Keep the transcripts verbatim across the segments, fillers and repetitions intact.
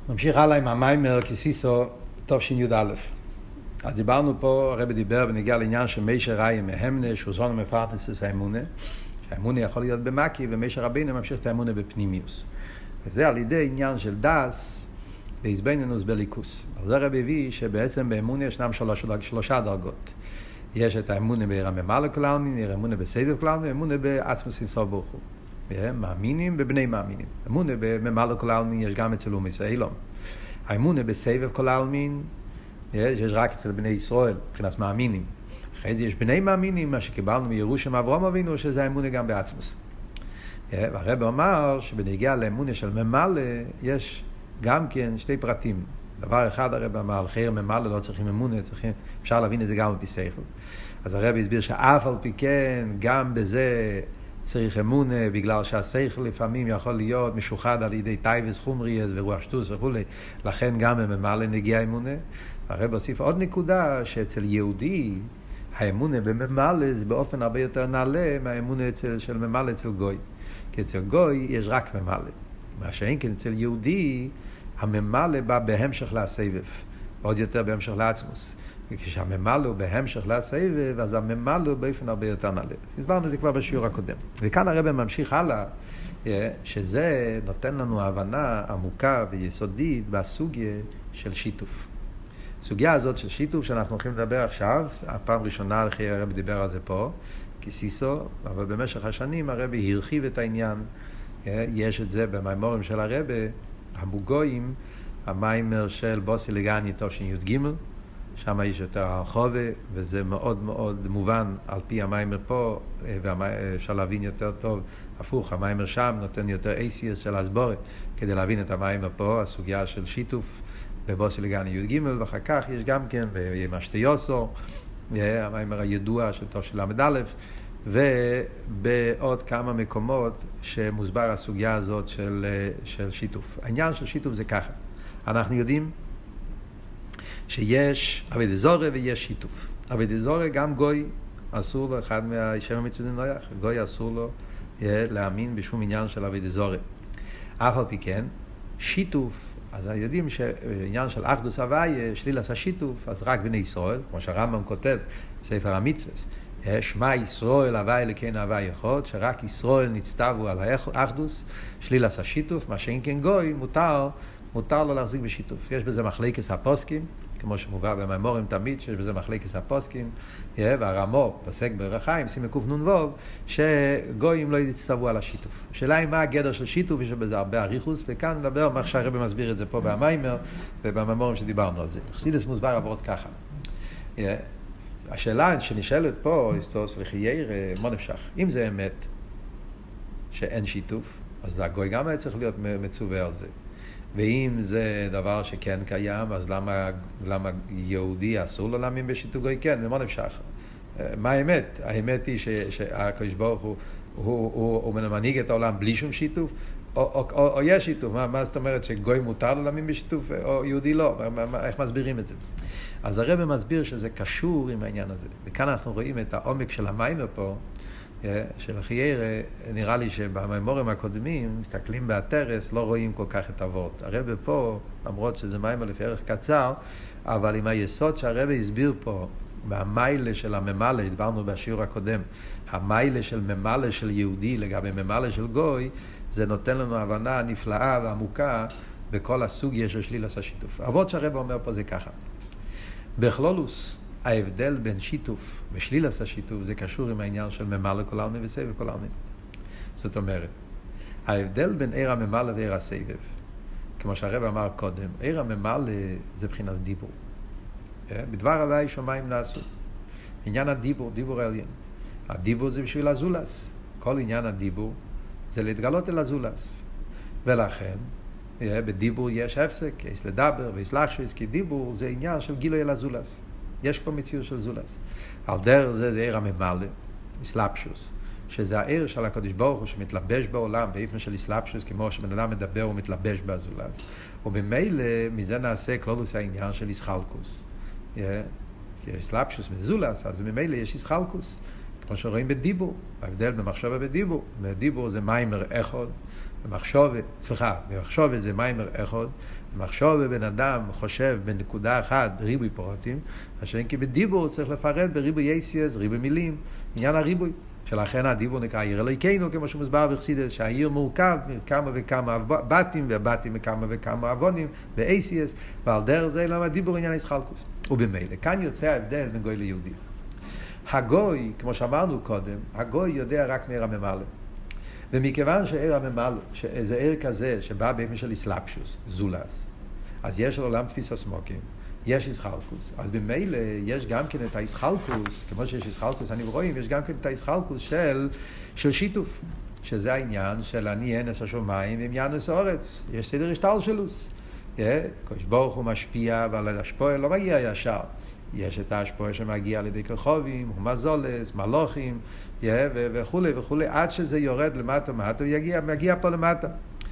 נמשיך הלאה עם המיימר כסיסו תשי"א. אז דיברנו פה, הרב דיבר ונגיע לעניין שמשה ראי מהמנה, שהוא זון מפרטס האמונה, שהאמונה יכול להיות במקי, ומשה רבינו ממשיך את האמונה בפנימיוס. וזה על ידי עניין של דס והזבנינוס בליכוס. אז זה הרב הביא שבעצם באמונה ישנם שלוש, שלושה דרגות. יש את האמונה ברממה לכל העלמין, האמונה בסבב כל העלמין, האמונה בעצמוס אינסוף ברוך הוא. מאמינים בבני מאמינים. אמונה בממלא כל העלמין יש גם אצל אומות ישראל. האמונה בסבב כל העלמין יש, יש רק אצל בני ישראל, מבחינת מאמינים. אחרי זה יש בני מאמינים, מה שקיבלנו מירושם אברהם אבינו, שזה האמונה גם בעצמוס. והרב אמר שבנגיע לאמונה של ממלא יש גם כן שתי פרטים. דבר אחד הרב אמר, על חייר ממלא לא צריכים אמונה, צריכים, אפשר להבין את זה גם על פי שכל. אז הרב הסביר שאף על פי כן, גם בזה צריך אמונה, בגלל שהשכל לפעמים יכול להיות משוחד על ידי טייבס חומריאס ורוח שטוס וכו'. לכן גם בממלא נגיע אמונה. הרב הוסיף עוד נקודה, שאצל יהודי האמונה בממלא זה באופן הרבה יותר נעלה מהאמונה אצל, של ממלא אצל גוי. כי אצל גוי יש רק ממלא. מה שאין כן אצל יהודי, הממלא בא בהמשך לסבב, עוד יותר בהמשך לעצמוס. וכשהממלא הוא בהמשך לסבב, אז הממלא באופן הרבה יותר נעלה. הסברנו את זה כבר בשיעור הקודם. וכאן הרב ממשיך הלאה, שזה נותן לנו הבנה עמוקה ויסודית בסוגיה של שיתוף. הסוגיה הזאת של שיתוף שאנחנו הולכים לדבר עכשיו, הפעם ראשונה אחרי הרב דיבר על זה פה, כסיסו, אבל במשך השנים הרב הרחיב את העניין. יש את זה במיימורים של הרב, המוגויים, המיימר של בוסי לגני תשי"ג, שם יש יותר הרחבה, וזה מאוד מאוד מובן על פי המיימר פה, ואפשר להבין יותר טוב, הפוך, המיימר שם נותן יותר אייסיאס של הסבורת, כדי להבין את המיימר פה, הסוגיה של שיתוף בבוסי לגני י"ג, ואחר כך יש גם כן, וימשתי יוסו, המיימר הידוע של תושי למד א', ובעוד כמה מקומות שמוסבר הסוגיה הזאת של, של שיתוף. העניין של שיתוף זה ככה. אנחנו יודעים שיש עבודת זרה ויש שיתוף. עבודת זרה גם גוי אסור לו, אחד מהשם המצוות נויח, גוי אסור לו להאמין בשום עניין של עבודת זרה. אף על פי כן, שיתוף, אז יודעים שעניין של אחדוס הוויה, שלילת השיתוף, אז רק בני ישראל, כמו שהרמב"ם כותב בספר המצוות, שמע ישראל הוויה אלוקינו הוויה אחד, שרק ישראל נצטוו על האחדוס, שלילת השיתוף, מה שאין כן גוי, מותר, מותר לו להחזיק בשיתוף. יש בזה מחלקת הפוסקים, כמו שמובא במיימורים תמיד, שיש בזה מחלקת הפוסקים, והרמו פוסק בערך חיים, סימן קנ"ו, שגויים לא יצטוו על השיתוף. השאלה היא מה הגדר של שיתוף, יש בזה הרבה אריכות, וכאן נדבר מה שהרב מסביר את זה פה במיימר, ובמיימורים שדיברנו על זה. חסידות מוסבר עבוד ככה. השאלה שנשאלת פה, היסטוס לחייר, מה נפשך? אם זה אמת שאין שיתוף, אז הגוי גם היה צריך להיות מצווה על זה. ואם זה דבר שכן קיים, אז למה, למה יהודי אסור לו להאמין בשיתוף גוי? כן, מה נפשך? מה האמת? האמת היא שהקדוש ברוך הוא, הוא, הוא, הוא מנהיג את העולם בלי שום שיתוף, או, או, או, או יש שיתוף. מה, מה זאת אומרת שגוי מותר לו להאמין בשיתוף, או יהודי לא? מה, מה, איך מסבירים את זה? אז הרב מסביר שזה קשור עם העניין הזה. וכאן אנחנו רואים את העומק של המיימר פה, של החייר. נראה לי שבמיימורים הקודמים, מסתכלים בהתרס, לא רואים כל כך את אבות. הרב פה, למרות שזה מיימר לפי ערך קצר, אבל עם היסוד שהרב הסביר פה, מהמיילה של הממלא, דיברנו בשיעור הקודם, המיילה של ממלא של יהודי לגבי ממלא של גוי, זה נותן לנו הבנה נפלאה ועמוקה בכל הסוגיה של שלילת השיתוף. אבות שהרב אומר פה זה ככה. בכלולוס, ההבדל בין שיתוף ושלילת השיתוף זה קשור עם העניין של ממלא כל העלמין וסבב כל העלמין. זאת אומרת, ההבדל בין עיר הממלא ועיר הסבב, כמו שהרב אמר קודם, עיר הממלא זה בחינת דיבור. בדבר הווי שמיים נעשו. עניין הדיבור, דיבור העליין. הדיבור זה בשביל הזולס. כל עניין הדיבור זה להתגלות אל הזולס. ולכן, בדיבור יש הפסק, יש לדבר ויש לחשוש, כי דיבור זה עניין של גילוי אל הזולס. יש פה מציאות של זולס. על דרך זה זה עיר הממלא, אסלאפשוס, שזה העיר של הקדוש ברוך הוא שמתלבש בעולם, באופן של אסלאפשוס, כמו שבן אדם מדבר ומתלבש בזולס. ובמילא מזה נעשה כלולוס העניין של איסחלקוס. יש אסלאפשוס מזולס, אז ממילא יש איסחלקוס. כמו שרואים בדיבור, ההבדל במחשבה בדיבור. בדיבור זה מיימר אחד, במחשוב, סליחה, במחשוב זה מיימר אחד, במחשוב בן אדם חושב בנקודה אחת ריבוי פרוטים, השם כי בדיבור צריך לפרט בריבוי יסיאס, ריבוי מילים, עניין הריבוי. שלכן הדיבור נקרא עיר אלוהינו, כמו שמוסבר בחסידות, שהעיר מורכב מכמה וכמה בתים, והבתים מכמה וכמה אבונים, ואייסיאס, ועל דרך זה למה הדיבור עניין איסחלקוס. ובמילא, כאן יוצא ההבדל בין גוי ליהודי. הגוי, כמו שאמרנו קודם, הגוי יודע רק מעיר הממלא. ומכיוון שעיר הממלא, שזה עיר כזה שבא באופן של איסלאפשוס, זולס, אז יש לעולם תפיס הסמוקים, יש איסחלקוס. אז במילא יש גם כן את האיסחלקוס, כמו שיש איסחלקוס, אני רואים, יש גם כן את האיסחלקוס של, של שיתוף, שזה העניין של אני אנס השומיים ועם ינס האורץ. יש סדר השתלשלוס. קדוש ברוך הוא משפיע, אבל השפוע לא מגיע ישר. יש את ההשפוע שמגיע על ידי כוכבים, ומזולס, מלוכים, וכו' וכו', עד שזה יורד למטה למטה, ויגיע, מגיע פה למטה.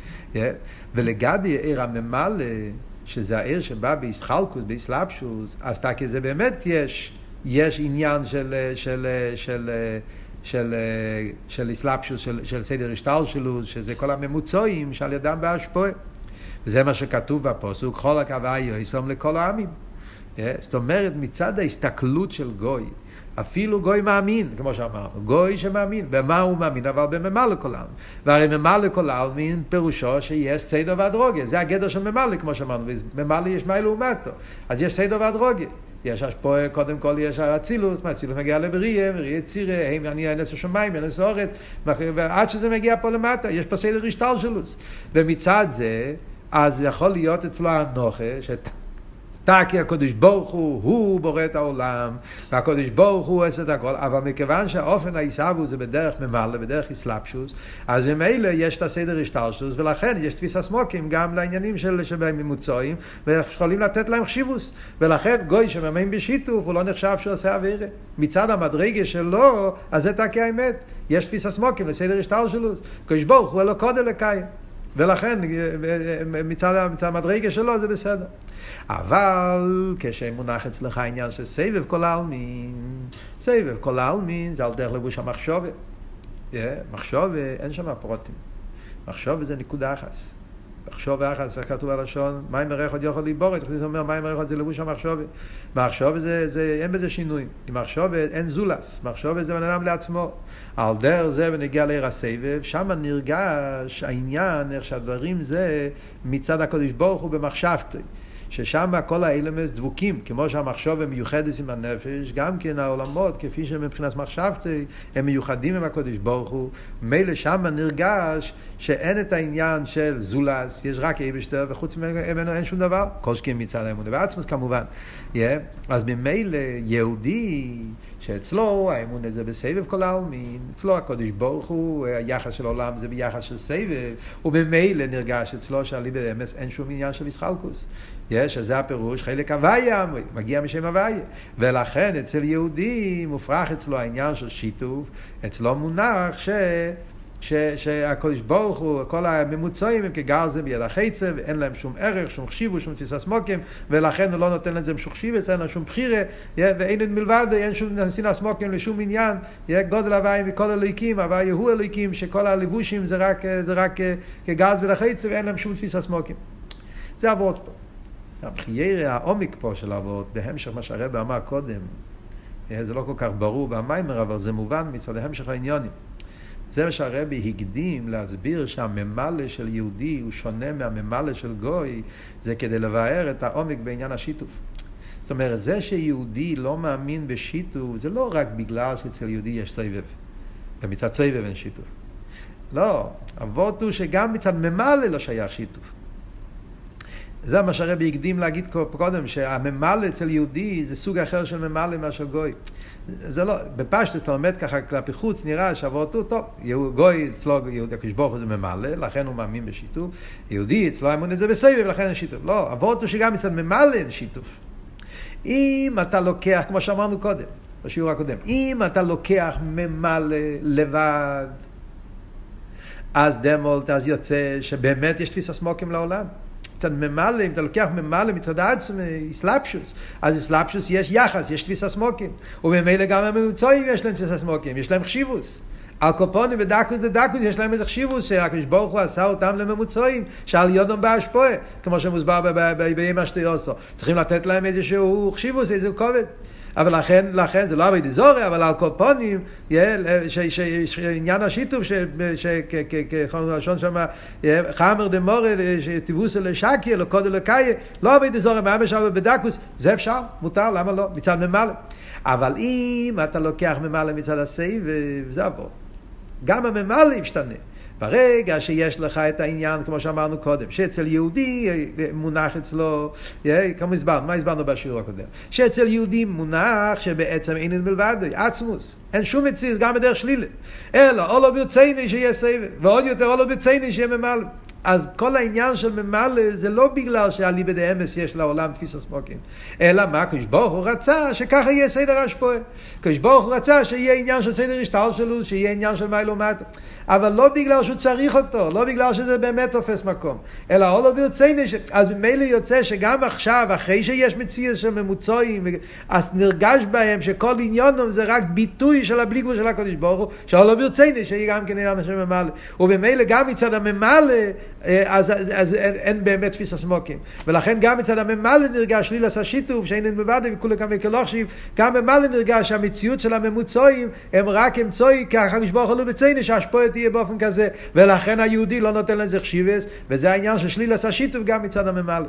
ולגבי עיר הממלא, שזה העיר שבא באיסחלקוס, באיסלאפשוס, אז תקי זה באמת יש, יש עניין של, של, של, של, של איסלאפשוס, של, של סדר השתלשלוס, שזה כל הממוצעים שעל ידם בהשפוע. וזה מה שכתוב בפסוק, כל הכוונה יסום לכל העמים. זאת אומרת, מצד ההסתכלות של גוי, אפילו גוי מאמין, כמו שאמרנו, גוי שמאמין, במה הוא מאמין? אבל בממלא כל העלמין. והרי ממלא כל העלמין פירושו שיש סדר והדרוגיה, זה הגדר של ממלא, כמו שאמרנו, בממלא יש מיילו ומטו, אז יש סדר והדרוגיה. יש השפוע, קודם כל יש האצילוס, מהאצילוס מגיע לבריאה, בריאה צירה, הם אני אנס השמיים, אנס האורץ, ועד שזה מגיע פה למטה, יש פה סדר השתלשלוס. ומצד זה, אז יכול להיות אצלו הנוחה, שת... תקי הקדוש ברוך הוא, הוא בורא את העולם, והקדוש ברוך הוא עושה את הכל, אבל מכיוון שהאופן העיסבו זה בדרך ממלא, בדרך איסלאפשוס, אז ממילא יש את הסדר השתלשלוס, ולכן יש תפיס הסמוקים גם לעניינים של שבהם ממוצעים, ויכולים לתת להם חשיבוס, ולכן גוי שמאמין בשיתוף, הוא לא נחשב שהוא עושה עבירה. מצד המדרגה שלו, אז זה תקי האמת, יש תפיס הסמוקים לסדר השתלשלוס, הקדוש ברוך הוא לא קודם לקיים, ולכן מצד, מצד המדרגה שלו זה בסדר. אבל כשמונח אצלך העניין של סבב כל העלמין, סבב כל העלמין זה על דרך לבוש המחשבה. מחשבה אין שם פרוטים. מחשבה זה נקודה אחת. מחשבה אחת, זה כתוב הלשון, מים מריח עוד יכול להיבורת, זה אומר מים מריח עוד זה לבוש המחשבה. מחשבה זה, זה, אין בזה שינוי. מחשבה אין זולס, מחשבה זה בן אדם לעצמו. על דרך זה ונגיע לעיר הסבב, שם נרגש העניין, איך שהדברים זה מצד הקדוש ברוך הוא במחשבתי. ששם כל האלמנט דבוקים, כמו שהמחשוב הם מיוחדת עם הנפש, גם כן העולמות, כפי שהם מבחינת מחשבתי, הם מיוחדים עם הקדוש ברוך הוא, מילא שם נרגש שאין את העניין של זולס, יש רק אייבשטר, וחוץ ממנו אין שום דבר, כל שכן מצד האמונה ועצמוס כמובן. Yeah. אז ממילא יהודי, שאצלו האמונה זה בסבב כל העלמין, אצלו הקדוש ברוך הוא, היחס של העולם זה ביחס של סבב, וממילא נרגש אצלו שעלי באמס אין שום עניין של איסחלקוס. יש, אז זה הפירוש, חלק הוויה, מגיע משם הוויה. ולכן אצל יהודי מופרח אצלו העניין של שיתוף, אצלו מונח ש... ש... שהקדוש ברוך הוא, כל הממוצעים הם כגר זה ביד החצב, אין להם שום ערך, שום חשיבו, שום תפיסה סמוקים, ולכן הוא לא נותן לזה שום חשיבס, אין להם שום בחירה, ואין את מלבד, אין שום תפיסה סמוקים לשום עניין, גודל הוויה מכל אלוהיקים, הוויה הוא אלוהיקים, שכל הלבושים זה רק, זה רק כגר זה ביד החצב, ואין להם שום תפיסה סמוקים. זה עבוד פה. הבחיירי, העומק פה של העבוד, בהמשך מה שהרב אמר קודם, זה לא כל כך ברור במיימר, אבל זה מובן מצד המשך העניונים. זה מה שהרבי הקדים להסביר שהממלא של יהודי הוא שונה מהממלא של גוי, זה כדי לבאר את העומק בעניין השיתוף. זאת אומרת, זה שיהודי לא מאמין בשיתוף, זה לא רק בגלל שאצל יהודי יש סבב, ומצד סבב אין שיתוף. לא, אבות הוא שגם מצד ממלא לא שייך שיתוף. זה מה שהרבי הקדים להגיד קודם, שהממלא אצל יהודי זה סוג אחר של ממלא מאשר גוי. זה לא, בפשטות אתה לומד ככה כלפי חוץ, נראה שעבודתו, טוב, גוי אצלו, יהודי הקדוש ברוך הוא זה ממלא, לכן הוא מאמין בשיתוף, יהודי אצלו האמונה זה בסבב, לכן אין שיתוף. לא, עבודתו שגם אצל ממלא אין שיתוף. אם אתה לוקח, כמו שאמרנו קודם, בשיעור הקודם, אם אתה לוקח ממלא לבד, אז דמולט, אז יוצא שבאמת יש תפיסה סמוקים לעולם. מצד ממלא, אם אתה לוקח ממלא מצד עצמי, איסלאפשוס, אז איסלאפשוס יש יחס, יש תפיסה סמוקים, ובמילא גם הממוצעים יש להם תפיסה סמוקים, יש להם חשיבוס. הקופונים בדקוס דדקוס יש להם איזה חשיבות שהקדוש ברוך הוא עשה אותם לממוצעים שעל יודם בהשפועה, כמו שמוסבר בימי השטויוסו. צריכים לתת להם איזשהו חשיבות, איזשהו כובד. אבל לכן, לכן זה לא עבד זורי, אבל על קופונים, שעניין השיתוף, שכחלשון שם, חמר דמורה, שתיבוס אל שקי, אלו קודל לקאי, לא עבד זורי, מה משהו בדקוס, זה אפשר, מותר, למה לא? מצד ממלא. אבל אם אתה לוקח ממלא מצד הסייב, וזה עבור. גם הממלא ישתנה. ברגע שיש לך את העניין, כמו שאמרנו קודם, שאצל יהודי מונח אצלו, כמו הסברנו, מה הסברנו בשיעור הקודם? שאצל יהודי מונח שבעצם אין מלבד, עצמוס. אין שום מציאות, גם בדרך שלילה. אלא, או לא ברצייני שיהיה סבב, ועוד יותר, או לא ברצייני שיהיה ממלא. אז כל העניין של ממלא זה לא בגלל שעלי בדאמס יש לעולם תפיס הסמוקים, אלא מה? קדוש ברוך הוא רצה שככה יהיה סדר השפועה. קדוש ברוך הוא רצה שיהיה עניין של סדר השתל שלו, שיהיה עניין של מיילו מטה. אבל לא בגלל שהוא צריך אותו, לא בגלל שזה באמת תופס מקום, אלא לא ברצינו, אז במילא יוצא שגם עכשיו, אחרי שיש מציאות של ממוצעים, אז נרגש בהם שכל עניונם זה רק ביטוי של הבלי גבול של הקדוש ברוך הוא, שלא ברצינו שיהיה גם כן עניין של ממלא. ובמילא גם מצד הממלא, אז, אז, אז אין, אין באמת תפיס הסמוקים. ולכן גם מצד הממלא נרגש שלילת השיתוף, שאין מבד וכולי כמה כלוכשיב, גם ממלא נרגש שהמציאות של הממוצעים הם רק אמצעי, כי הקדוש ברוך הוא לא ברצינו שהשפועה תהיה באופן כזה, ולכן היהודי לא נותן לזה חשיבות, וזה העניין של שלילת השיתוף גם מצד הממלא.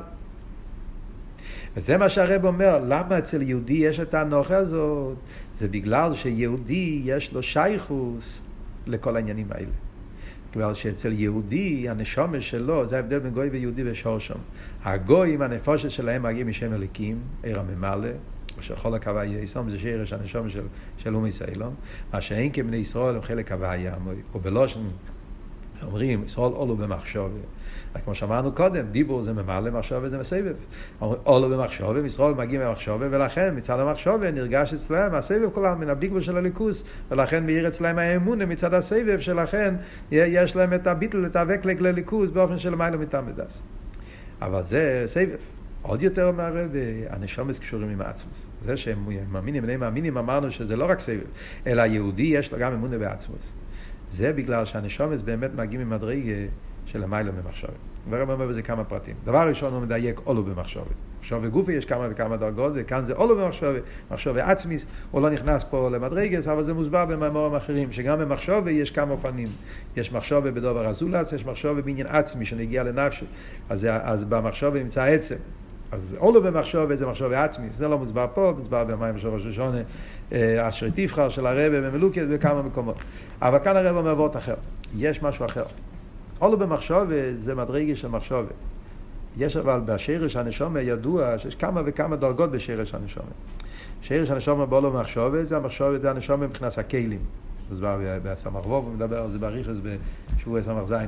וזה מה שהרב אומר, למה אצל יהודי יש את האנוכה הזאת? זה בגלל שיהודי יש לו שייכות לכל העניינים האלה. בגלל שאצל יהודי, הנשמה שלו, זה ההבדל בין גוי ויהודי ושורשם. הגויים, הנפושת שלהם מגיעים משם אליקים, עיר הממלא, שכל הקוויה יסום, זה שרש הנשמה של, של אומי סיילום, מה שאין כבני ישראל הם חלק קוויה, ובלושן אומרים, ישראל עולו במחשוב. כמו שאמרנו קודם, דיבור זה ממלא, מחשוב זה מסבב. עולו במחשוב, ישראל מגיעים במחשוב, ולכן מצד המחשוב נרגש אצלם, הסבב כולם מן הבלי גבול של הליכוס, ולכן מאיר אצלם האמונה מצד הסבב, שלכן יש להם את הביטל, את הווקלק לליכוס, באופן של מיילו מטעם ודס. אבל זה סבב. עוד יותר אומר הרב, הנשומות קשורים עם העצמוס. זה שהם מאמינים, בני מאמינים, אמרנו שזה לא רק סבב, אלא היהודי יש לו גם אמונה בעצמוס. זה בגלל שהנשומות באמת מגיעים ממדרגה של המיילו במחשבת. והרב אומר בזה כמה פרטים. דבר ראשון הוא מדייק אולו במחשבת. מחשבת גופי יש כמה וכמה דרגות, וכאן זה אולו במחשבת, מחשבת עצמיס, הוא לא נכנס פה למדרגס, אבל זה מוסבר במאמרים אחרים, שגם במחשבת יש כמה אופנים. יש מחשבת בדובר הזולס, יש מחשבת בעניין עצמי שנגיע לנפש. אז, אז במחשבת נמצא עצם. אז אולו במחשבת זה מחשבת עצמיס, זה לא מוסבר פה, מוסבר במים של ראש השונה, אשר תבחר של הרב במלוקת בכמה מקומות. אבל כאן הרב אומר וורט אחר. יש משהו אחר. אולו במחשבת זה מדרגה של מחשבת. יש אבל בשרש הנשמה ידוע שיש כמה וכמה דרגות בשרש הנשמה. שרש הנשמה באולו במחשבת זה המחשבת, זה הנשמה מבחינת הכלים. מוסבר בסמ"ך וו, ומדבר על זה בריחס בשבוע סמ"ך זין.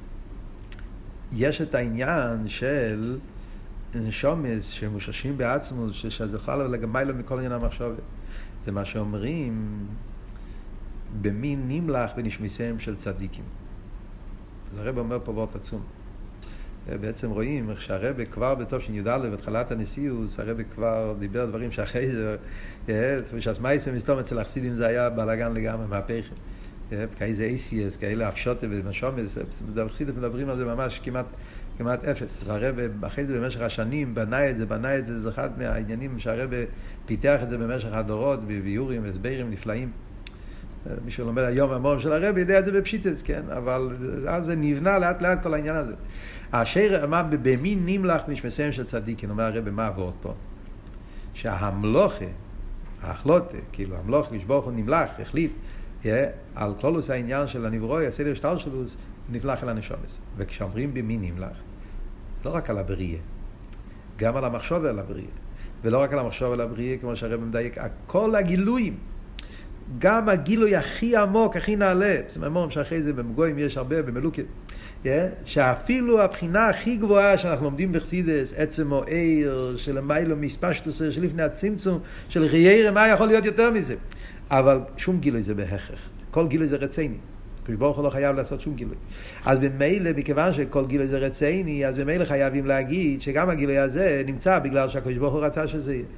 יש את העניין של נשומס שמוששים בעצמוס, שזה חלל לגמי לו מכל עניין המחשבת. זה מה שאומרים במין נמלח בנשמיסיהם של צדיקים. אז הרב אומר פה וורט עצום. בעצם רואים איך שהרב כבר בטוב שניודע לו בתחילת הנשיאוס, הרב כבר דיבר דברים שאחרי זה, שהסמייסם מסתום אצל החסידים זה היה בלגן לגמרי, מהפך. כאיזה אייסיאס, כאלה הפשוטה ומשומס, החסידים מדברים על זה ממש כמעט כמעט אפס. והרב אחרי זה במשך השנים בנה את זה, בנה את זה, זה אחד מהעניינים שהרב פיתח את זה במשך הדורות, בביורים והסברים נפלאים. מי שלומד היום המורים של הרב יודע את זה בפשיטס, כן? אבל אז זה נבנה לאט לאט כל העניין הזה. השיר אמר במין נמלח נשמסיהם של צדיקים, אומר הרב מה עבוד פה? שההמלוכה, ההחלוטה, כאילו המלוכה, כשברוך הוא נמלח, החליט, על כלולוס העניין של הנברוי, הסדר שטל שלו, נפלח אל הנשומס. וכשאומרים במין נמלח, לא רק על הבריאה, גם על המחשוב על הבריאה. ולא רק על המחשוב על הבריאה, כמו שהרב מדייק, כל הגילויים, גם הגילוי הכי עמוק, הכי נעלה, זאת אומרת, שאחרי זה במגויים יש הרבה, במלוקת, שאפילו הבחינה הכי גבוהה שאנחנו לומדים בחסידס, עצם או עיר, של המיילו מספשטוס, של לפני הצמצום, של חיירה, מה יכול להיות יותר מזה? אבל שום גילוי זה בהכרח. כל גילוי זה רציני. ברוך הוא לא חייב לעשות שום גילוי. אז במילא, מכיוון שכל גילוי זה רציני, אז במילא חייבים להגיד שגם הגילוי הזה נמצא בגלל שהקדוש ברוך הוא רצה שזה יהיה.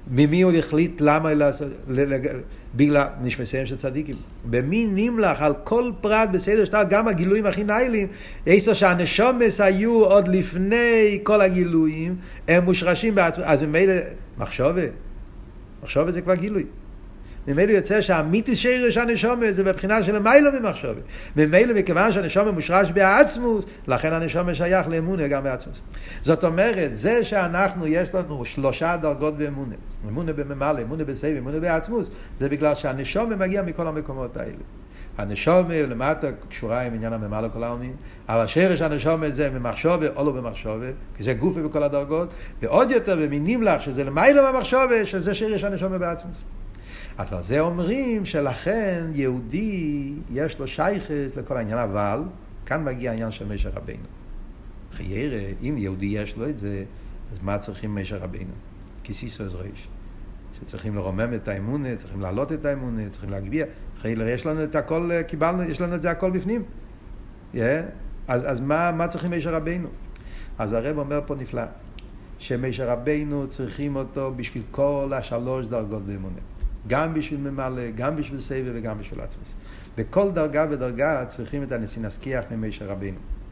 ממי הוא החליט למה לעשות, בגלל נשמסיהם של צדיקים. במי נמלך על כל פרט בסדר שטר, גם הגילויים הכי נעילים, יש לו שהנשומס היו עוד לפני כל הגילויים, הם מושרשים בעצמם, אז ממילא מחשבה, מחשבה זה כבר גילוי. ממילא יוצא שהאמיתיס שרש הנשומס זה בבחינה של מיילו ממחשבה. ממילא מכיוון שהנשומס מושרש בעצמוס, לכן הנשומס שייך לאמונה גם בעצמוס. זאת אומרת, זה שאנחנו, יש לנו שלושה דרגות באמונה. אמונה בממלא, אמונה בסייב, אמונה בעצמוס, זה בגלל שהנשומס מגיע מכל המקומות האלה. הנשומס למטה קשורה עם עניין הממלא כל העלמין, אבל שרש הנשומס זה ממחשבה או לא במחשבה, כי זה גופה בכל הדרגות, ועוד יותר במינים לך שזה למיילו במחשבה, שזה שרש הנשומס בעצמוס. אז על זה אומרים שלכן יהודי יש לו שייכס לכל העניין, אבל כאן מגיע העניין של משה רבינו. חיירה, אם יהודי יש לו את זה, אז מה צריכים משה רבינו? כסיסו אז ריש. שצריכים לרומם את האמונה, צריכים להעלות את האמונה, צריכים להגביה. חיירה, יש לנו את הכל, קיבלנו, יש לנו את זה הכל בפנים. Yeah. אז, אז מה, מה צריכים משה רבינו? אז הרב אומר פה נפלא, שמשה רבינו צריכים אותו בשביל כל השלוש דרגות באמונה. גם בשביל ממלא, גם בשביל סבב וגם בשביל עצמוס. בכל דרגה ודרגה צריכים את הנסין הסקיח ממשה רבינו.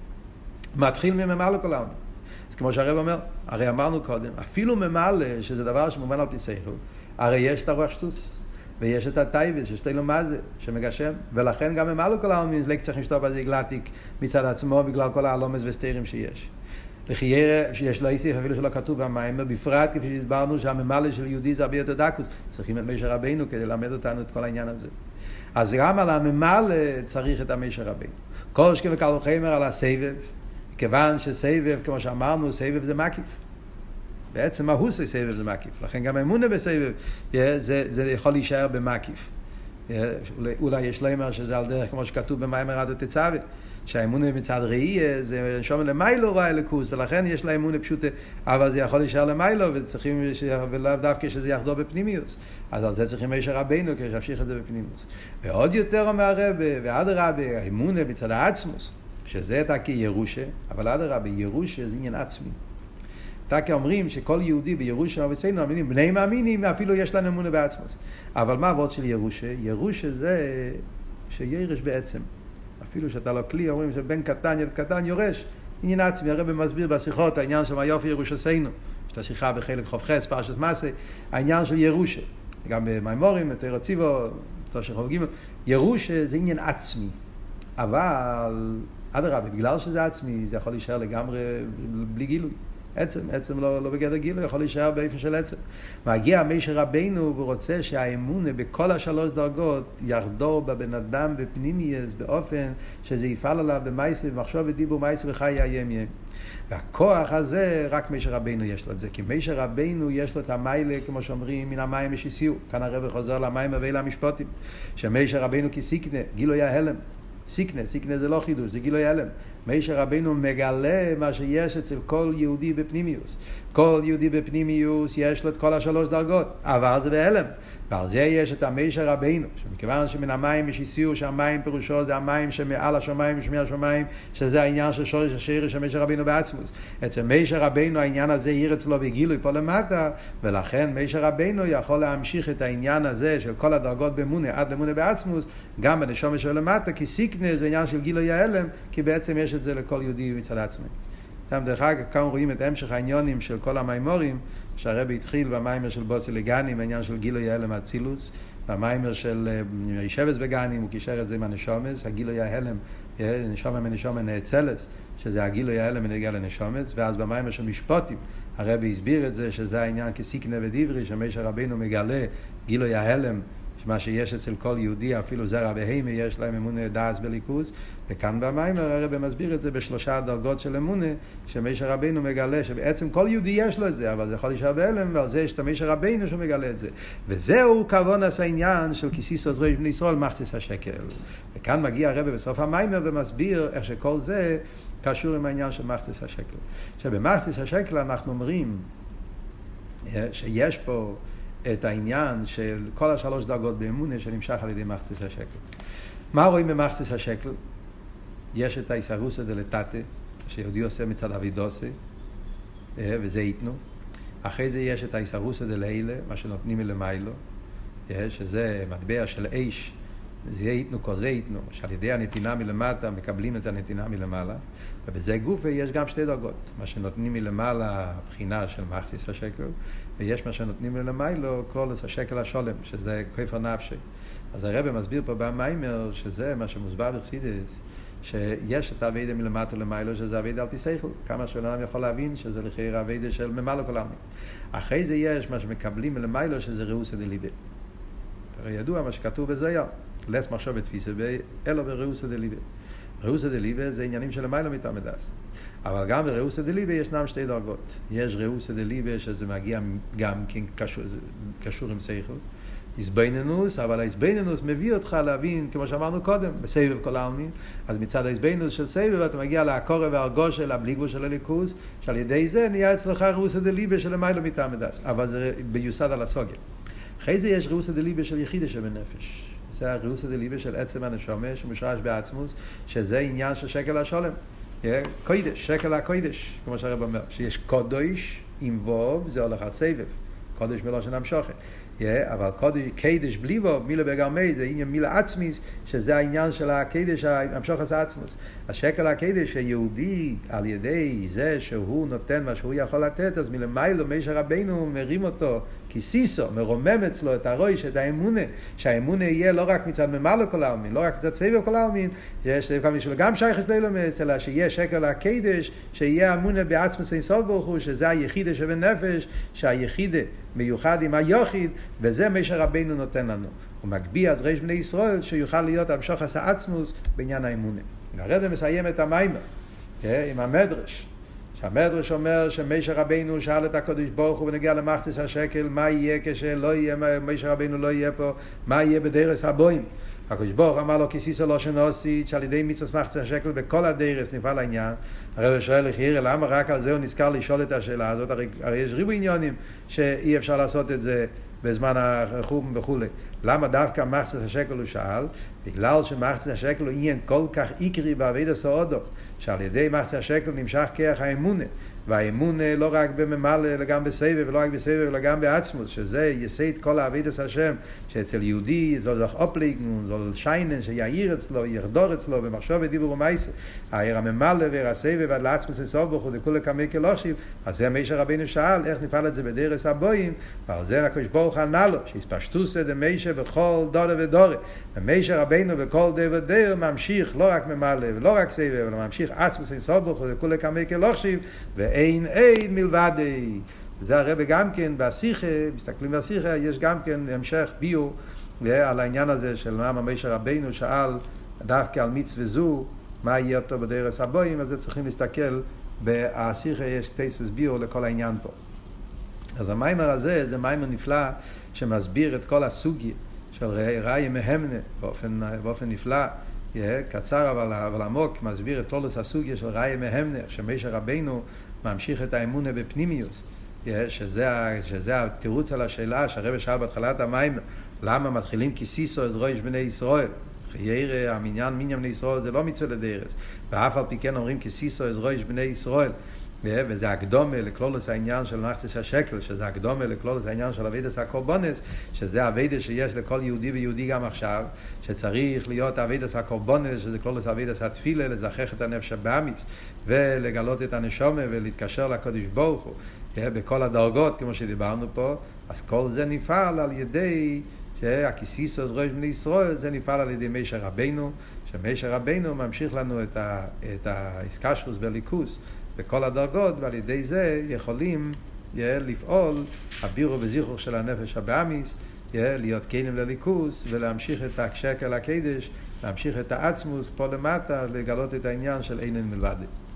מתחיל מממלא כל העולם. אז כמו שהרב אומר, הרי אמרנו קודם, אפילו ממלא, שזה דבר שמובן על פי שכל, הרי יש את הרוח שטוס, ויש את הטייבס, ששתי לו מה זה, שמגשם, ולכן גם ממלא כל העולם, זה צריך לשתות בזה גלטיק מצד עצמו, בגלל כל העלומס וסתירים שיש. לחיירה שיש לו איסיך אפילו שלא כתוב במים, בפרט כפי שהסברנו שהממלא של יהודי זה הרבה יותר דקוס, צריכים את משה רבינו כדי ללמד אותנו את כל העניין הזה. אז גם על הממלא צריך את המשה רבינו. כל שכם וקל וחמר על הסבב, כיוון שסבב, כמו שאמרנו, סבב זה מקיף. בעצם מהו סבב זה מקיף. לכן גם האמונה בסבב, זה, זה יכול להישאר במקיף. אולי יש לומר שזה על דרך כמו שכתוב במים הרדו תצווה, שהאמונה מצד ראי זה שומע למיילו ראה לקוס, ולכן יש לה אמונה פשוטה, אבל זה יכול להישאר למיילו, וצריכים, ולאו דווקא שזה יחדור בפנימיוס. אז על זה צריכים משה רבינו כדי להמשיך את זה בפנימיוס. ועוד יותר אומר הרב, ועד הרבה, האמונה מצד העצמוס, שזה תקי ירושה, אבל עד הרבה, ירושה זה עניין עצמי. תקי אומרים שכל יהודי בירושה ובציינו מאמינים, בני מאמינים, אפילו יש לנו אמונה בעצמוס. אבל מה עבוד של ירושה? ירושה זה שירש בעצם. אפילו שאתה לא כלי, אומרים שבן קטן, ילד קטן יורש, עניין עצמי. הרב מסביר בשיחות, העניין של יופי ירושתנו, יש את השיחה בחלק חופכס, פרשת מסה, העניין של ירושה. גם במימורים, תורה ציוו, תורה חוב ג', ירושה זה עניין עצמי. אבל, אדרבה, בגלל שזה עצמי, זה יכול להישאר לגמרי בלי גילוי. עצם, עצם לא, לא בגדר גילוי, יכול להישאר באיפה של עצם. מגיע משה רבינו ורוצה שהאמונה בכל השלוש דרגות יחדור בבן אדם בפנימייס באופן שזה יפעל עליו במייסר, במחשוב ודיבור מייסר וחי הים ים. והכוח הזה, רק משה רבינו יש לו את זה. כי משה רבינו יש לו את המיילה, כמו שאומרים, מן המים ישיסיו. כאן הרב חוזר למים ואלה המשפטים. שמשה רבינו כסיקנה, גילוי ההלם. סיקנה, סיקנה זה לא חידוש, זה גילוי ההלם. משה רבינו מגלה מה שיש אצל כל יהודי בפנימיוס. כל יהודי בפנימיוס יש לו את כל השלוש דרגות, אבל זה בהלם. ועל זה יש את המשה רבינו, שמכיוון שמן המים יש איסיור, שהמים פירושו זה המים שמעל השמיים ושמי השמיים, שזה העניין של שורש השרש של משה רבינו בעצמוס. אצל משה רבינו העניין הזה יהיה אצלו בגילוי פה למטה, ולכן משה רבינו יכול להמשיך את העניין הזה של כל הדרגות באמונה עד לאמונה בעצמוס, גם בנשמה של למטה, כי סיקנה זה עניין של גילוי ההלם, כי בעצם יש את זה לכל יהודי מצד עצמי. גם דרך אגב, כאן רואים את המשך העניונים של כל המיימורים, שהרבי התחיל במיימר של בוסי לגנים, העניין של גילוי ההלם אצילוס, במיימר של ישבץ בגנים, הוא קישר את זה עם הנשומס, הגילוי ההלם, נשומה מנשומה נאצלס, שזה הגילוי ההלם מנגיע לנשומס, ואז במיימר של משפוטים, הרבי הסביר את זה, שזה העניין כסיקנה ודברי, שמשה רבינו מגלה גילוי ההלם, מה שיש אצל כל יהודי, אפילו זרע בהמה, יש להם אמונה דאס בליכוז, וכאן במיימר הרב מסביר את זה בשלושה דרגות של אמונה, שמשה רבינו מגלה, שבעצם כל יהודי יש לו את זה, אבל זה יכול להישאר בהלם, ועל זה יש את משה רבינו שמגלה את זה. וזהו כוונס העניין של כסיס עזרי בני ישראל, מחצית השקל. וכאן מגיע הרב בסוף המיימר ומסביר איך שכל זה קשור עם העניין של מחצית השקל. שבמחצית השקל אנחנו אומרים שיש פה את העניין של כל השלוש דרגות באמונה שנמשך על ידי מחצית השקל. מה רואים במחצית השקל? יש את האיסרוסא דלתתא, שיהודי עושה מצד אבידוסי, וזה ייתנו. אחרי זה יש את האיסרוסא דלילה, מה שנותנים מלמיילו, שזה מטבע של אש, זה ייתנו כזה ייתנו, שעל ידי הנתינה מלמטה מקבלים את הנתינה מלמעלה, ובזה גופה יש גם שתי דרגות, מה שנותנים מלמעלה בחינה של מחציס השקל, ויש מה שנותנים מלמיילו כלולוס השקל השולם, שזה כופר נפשי. אז הרב מסביר פה במיימר שזה מה שמוסבר בחסידות, שיש את העבודה מלמטה למיילו, שזה עבודה על פי שכל, כמה שאדם יכול להבין שזה לכאורה עבודה של ממלא כל העלמין. אחרי זה יש מה שמקבלים מלמיילו, שזה ראוסא דליבה. הרי ידוע מה שכתוב בזוהר, לס מחשוב ותפיסה אלו בראוסא דליבה. ראוסא דליבה זה עניינים של למיילו מטעם הדס. אבל גם בראוסא דליבה ישנם שתי דרגות. יש ראוסא דליבה שזה מגיע גם כן קשור, קשור עם שכל. הסביננוס, אבל ההסביננוס מביא אותך להבין, כמו שאמרנו קודם, בסבב כל העלמין, אז מצד ההסביננוס של סבב אתה מגיע לעקורא והרגוש של הבליגבול של הליכוז, שעל ידי זה נהיה אצלך ראוסא דליבה של למיילו מטעם הדס, אבל זה ביוסד על הסוגיה. אחרי זה יש ראוסא דליבה של יחידה שבנפש. זה הראוסא דליבה של עצם הנשמה שמושרש בעצמוס, שזה עניין של שקל השולם. קודש, שקל הקודש, כמו שהרב אומר, שיש קודש עם ווב, זה הולך על סבב. קודש מלושן המשוכן. Yeah, אבל קודש, קדש בלי ווב, מילה בגרמי, זה עניין מילה עצמיס, שזה העניין של הקדש, המשוך העצמוס. השקל הקדש היהודי, על ידי זה שהוא נותן מה שהוא יכול לתת, אז מלמיילו משה רבינו מרים אותו, כסיסו, מרומם אצלו את הראש, את האמונה, שהאמונה יהיה לא רק מצד ממלא כל העלמין, לא רק מצד סבב כל העלמין, יש גם שייכת לאילומס, אלא שיהיה שקל הקדש, שיהיה אמונה בעצמוס אין סוף ברוך הוא, שזה היחידה שבנפש, שהיחידה מיוחד עם היוחיד, וזה משה רבינו נותן לנו. הוא מגביא אז ריש בני ישראל שיוכל להיות המשוך העצמוס בעניין האמונה. הרב מסיים את המיימר עם המדרש, שהמדרש אומר שמשה רבינו שאל את הקדוש ברוך הוא ונגיע למחציס השקל, מה יהיה כשלא יהיה, משה רבינו לא יהיה פה, מה יהיה בדרס הבוים. הקדוש ברוך אמר לו כסיסו לא שנוסית, שעל ידי מצוות מחציס השקל בכל הדרס נפעל העניין. הרב שואל לחיר, למה רק על זה הוא נזכר לשאול את השאלה הזאת? הרי, הרי יש ריבו עניונים שאי אפשר לעשות את זה בזמן החום וכו'. למה דווקא מחציס השקל הוא שאל? בגלל שמחציס השקל הוא עניין כל כך עיקרי בעבודת הסעודות, שעל ידי מחציס השקל נמשך כוח האמונה, והאמונה לא רק בממלא אלא גם בסבב, ולא רק בסבב אלא גם בעצמוס, שזה יסד כל עבודת השם, שאצל יהודי זו זך אופליגן, זו שיינן שיעיר אצלו, יחדור אצלו במחשבת דיבור ומעשה, העיר הממלא ועיר הסבב עד לעצמוס לסוף ברוך הוא דכולי כמי כלושיב. אז זה משה רבינו שאל איך נפעל את זה בדרס הבוים, ועל זה הקדוש ברוך ענה לו שהספשטוסא דמשה בכל דור ודור. ומשה רבינו בכל דור ודור ממשיך לא רק ממלא ולא רק סבב, אלא ממשיך עצמוס לסוף ברוך הוא דכולי כמי כלושיב, ואין אין מלבדי. זה הרב גם כן בשיחה, מסתכלים בשיחה, יש גם כן המשך ביו על העניין הזה של למה משה רבינו שאל דווקא על מצווה זו, מה יהיה אותו בדרס הבוים. אז צריכים להסתכל בשיחה, יש טייס ביו לכל העניין פה. אז המיימר הזה זה מיימר נפלא שמסביר את כל הסוגיה של ראי מהמנה באופן, באופן נפלא, קצר אבל, אבל עמוק, מסביר את כל הסוגיה של ראי מהמנה, שמשה רבינו ממשיך את האמונה בפנימיוס, שזה, שזה התירוץ על השאלה שהרב שאל בהתחלת המים, למה מתחילים כסיסו אז ראש בני ישראל. חייר המניין מניין בני ישראל זה לא מצווה לדרס, ואף על פי כן אומרים כסיסו אז ראש בני ישראל, וזה הקדומה לכלולוס העניין של מחציס השקל, שזה הקדומה לכלולוס העניין של עבודת הקורבנס, שזה העבודה שיש לכל יהודי ויהודי גם עכשיו, שצריך להיות עבודת הקורבנס, שזה כלולוס עבודת התפילה, לזכח את הנפש הבאמיס ולגלות את הנשמה ולהתקשר לקדוש ברוך הוא בכל הדרגות כמו שדיברנו פה. אז כל זה נפעל על ידי שהכסיסו אז ראש בני ישראל, זה נפעל על ידי משה רבינו, שמשה רבינו ממשיך לנו את ה, את האיסקשרוס בליכוס בכל הדרגות, ועל ידי זה יכולים לפעול הבירו וזיכוך של הנפש הבאמיס, להיות כלים לליכוס ולהמשיך את השקל הקדש, להמשיך את העצמוס פה למטה, לגלות את העניין של אינן מלבד.